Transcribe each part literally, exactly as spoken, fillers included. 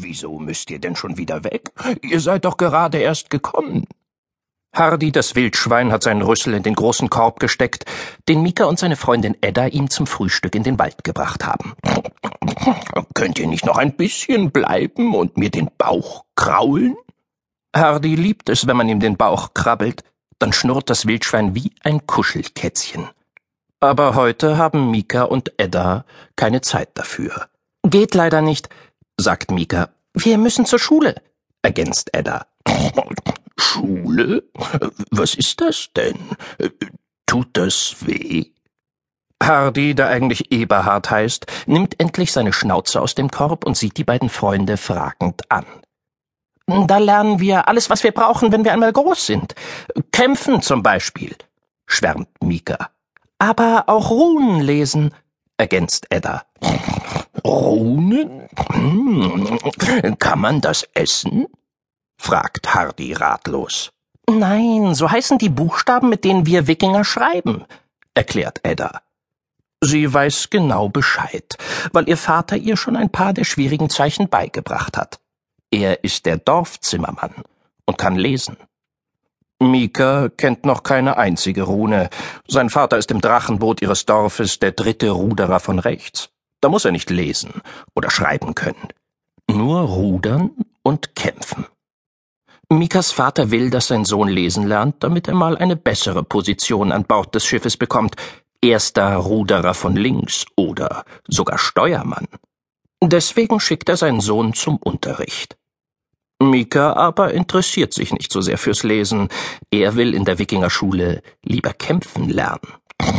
Wieso müsst ihr denn schon wieder weg? Ihr seid doch gerade erst gekommen. Hardy, das Wildschwein, hat seinen Rüssel in den großen Korb gesteckt, den Mika und seine Freundin Edda ihm zum Frühstück in den Wald gebracht haben. Könnt ihr nicht noch ein bisschen bleiben und mir den Bauch kraulen? Hardy liebt es, wenn man ihm den Bauch krabbelt, dann schnurrt das Wildschwein wie ein Kuschelkätzchen. Aber heute haben Mika und Edda keine Zeit dafür. Geht leider nicht, sagt Mika. Wir müssen zur Schule, ergänzt Edda. Schule? Was ist das denn? Tut das weh? Hardy, der eigentlich Eberhard heißt, nimmt endlich seine Schnauze aus dem Korb und sieht die beiden Freunde fragend an. Da lernen wir alles, was wir brauchen, wenn wir einmal groß sind. Kämpfen zum Beispiel, schwärmt Mika. Aber auch Runen lesen, ergänzt Edda. Runen? Hm. Kann man das essen? Fragt Hardy ratlos. Nein, so heißen die Buchstaben, mit denen wir Wikinger schreiben, erklärt Edda. Sie weiß genau Bescheid, weil ihr Vater ihr schon ein paar der schwierigen Zeichen beigebracht hat. Er ist der Dorfzimmermann und kann lesen. Mika kennt noch keine einzige Rune. Sein Vater ist im Drachenboot ihres Dorfes der dritte Ruderer von rechts. Da muss er nicht lesen oder schreiben können. Nur rudern und kämpfen. Mikas Vater will, dass sein Sohn lesen lernt, damit er mal eine bessere Position an Bord des Schiffes bekommt. Erster Ruderer von links oder sogar Steuermann. Deswegen schickt er seinen Sohn zum Unterricht. Mika aber interessiert sich nicht so sehr fürs Lesen. Er will in der Wikingerschule lieber kämpfen lernen.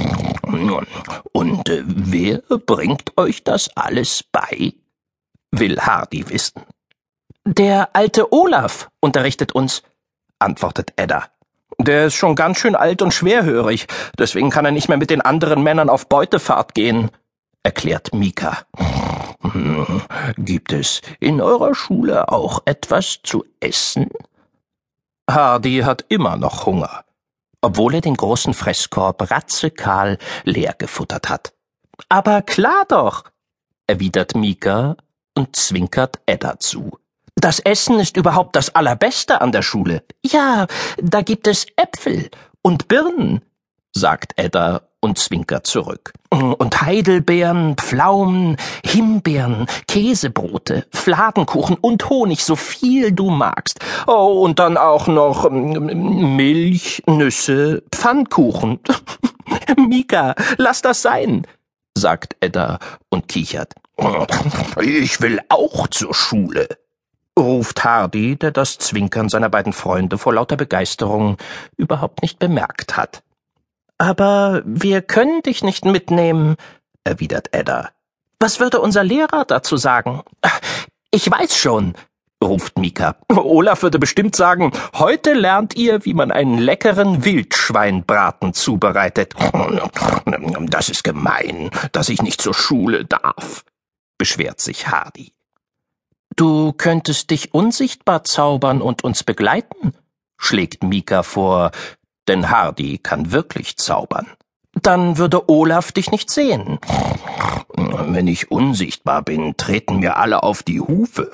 Und äh, wer bringt euch das alles bei? Will Hardy wissen. Der alte Olaf unterrichtet uns, antwortet Edda. Der ist schon ganz schön alt und schwerhörig, deswegen kann er nicht mehr mit den anderen Männern auf Beutefahrt gehen, erklärt Mika. Hm, gibt es in eurer Schule auch etwas zu essen? Hardy hat immer noch Hunger, obwohl er den großen Fresskorb ratzekahl leer gefuttert hat. Aber klar doch, erwidert Mika und zwinkert Edda zu. Das Essen ist überhaupt das Allerbeste an der Schule. Ja, da gibt es Äpfel und Birnen, sagt Edda und zwinkert zurück. Und Heidelbeeren, Pflaumen, Himbeeren, Käsebrote, Fladenkuchen und Honig, so viel du magst. Oh, und dann auch noch Milch, Nüsse, Pfannkuchen. Mika, lass das sein, sagt Edda und kichert. Ich will auch zur Schule, ruft Hardy, der das Zwinkern seiner beiden Freunde vor lauter Begeisterung überhaupt nicht bemerkt hat. Aber wir können dich nicht mitnehmen, erwidert Edda. Was würde unser Lehrer dazu sagen? Ich weiß schon, ruft Mika. Olaf würde bestimmt sagen, heute lernt ihr, wie man einen leckeren Wildschweinbraten zubereitet. Das ist gemein, dass ich nicht zur Schule darf, beschwert sich Hardy. Du könntest dich unsichtbar zaubern und uns begleiten, schlägt Mika vor, denn Hardy kann wirklich zaubern. Dann würde Olaf dich nicht sehen. Wenn ich unsichtbar bin, treten mir alle auf die Hufe.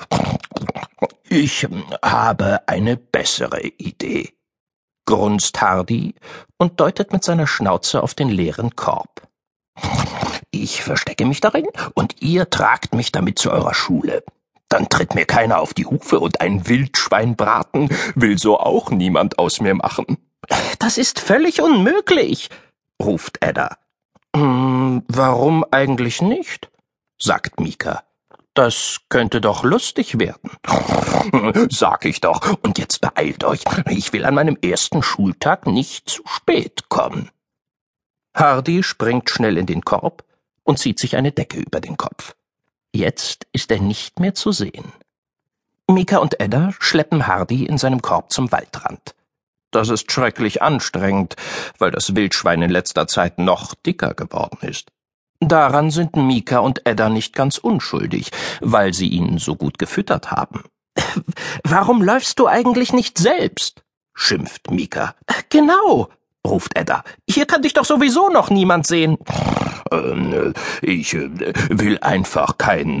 Ich habe eine bessere Idee, grunzt Hardy und deutet mit seiner Schnauze auf den leeren Korb. Ich verstecke mich darin und ihr tragt mich damit zu eurer Schule. Dann tritt mir keiner auf die Hufe und ein Wildschweinbraten will so auch niemand aus mir machen. Das ist völlig unmöglich, ruft Edda. Hm, warum eigentlich nicht? Sagt Mika. Das könnte doch lustig werden. Sag ich doch. Und jetzt beeilt euch. Ich will an meinem ersten Schultag nicht zu spät kommen. Hardy springt schnell in den Korb und zieht sich eine Decke über den Kopf. Jetzt ist er nicht mehr zu sehen. Mika und Edda schleppen Hardy in seinem Korb zum Waldrand. Das ist schrecklich anstrengend, weil das Wildschwein in letzter Zeit noch dicker geworden ist. Daran sind Mika und Edda nicht ganz unschuldig, weil sie ihn so gut gefüttert haben. »Warum läufst du eigentlich nicht selbst?« schimpft Mika. »Genau«, ruft Edda. »Hier kann dich doch sowieso noch niemand sehen.« Ähm, ich äh, will einfach kein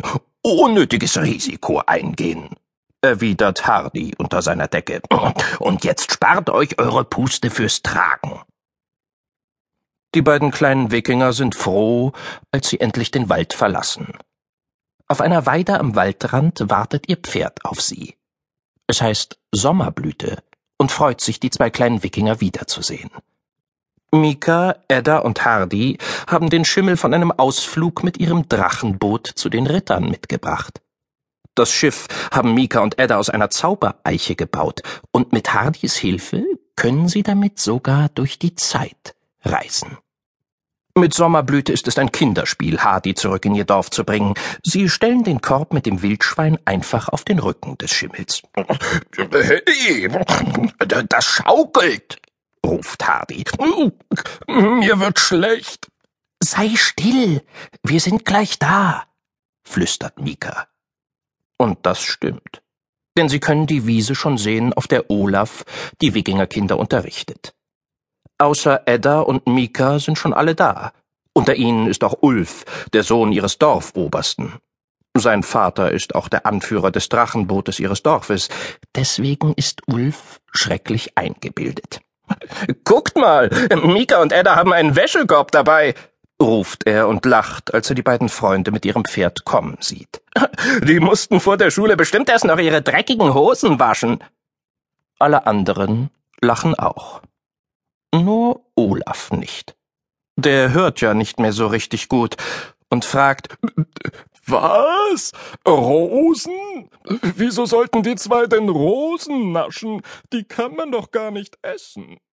unnötiges Risiko eingehen, erwidert Hardy unter seiner Decke. Und jetzt spart euch eure Puste fürs Tragen. Die beiden kleinen Wikinger sind froh, als sie endlich den Wald verlassen. Auf einer Weide am Waldrand wartet ihr Pferd auf sie. Es heißt Sommerblüte und freut sich, die zwei kleinen Wikinger wiederzusehen. Mika, Edda und Hardy haben den Schimmel von einem Ausflug mit ihrem Drachenboot zu den Rittern mitgebracht. Das Schiff haben Mika und Edda aus einer Zaubereiche gebaut, und mit Hardys Hilfe können sie damit sogar durch die Zeit reisen. Mit Sommerblüte ist es ein Kinderspiel, Hardy zurück in ihr Dorf zu bringen. Sie stellen den Korb mit dem Wildschwein einfach auf den Rücken des Schimmels. Hey, das schaukelt, ruft Hardy. Mir wird schlecht. Sei still, wir sind gleich da, flüstert Mika. Und das stimmt, denn sie können die Wiese schon sehen, auf der Olaf die Wikingerkinder unterrichtet. Außer Edda und Mika sind schon alle da. Unter ihnen ist auch Ulf, der Sohn ihres Dorfobersten. Sein Vater ist auch der Anführer des Drachenbootes ihres Dorfes. Deswegen ist Ulf schrecklich eingebildet. »Guckt mal, Mika und Edda haben einen Wäschekorb dabei«, ruft er und lacht, als er die beiden Freunde mit ihrem Pferd kommen sieht. »Die mussten vor der Schule bestimmt erst noch ihre dreckigen Hosen waschen.« Alle anderen lachen auch. Nur Olaf nicht. Der hört ja nicht mehr so richtig gut und fragt, »Was? Rosen? Wieso sollten die zwei denn Rosen naschen? Die kann man doch gar nicht essen.«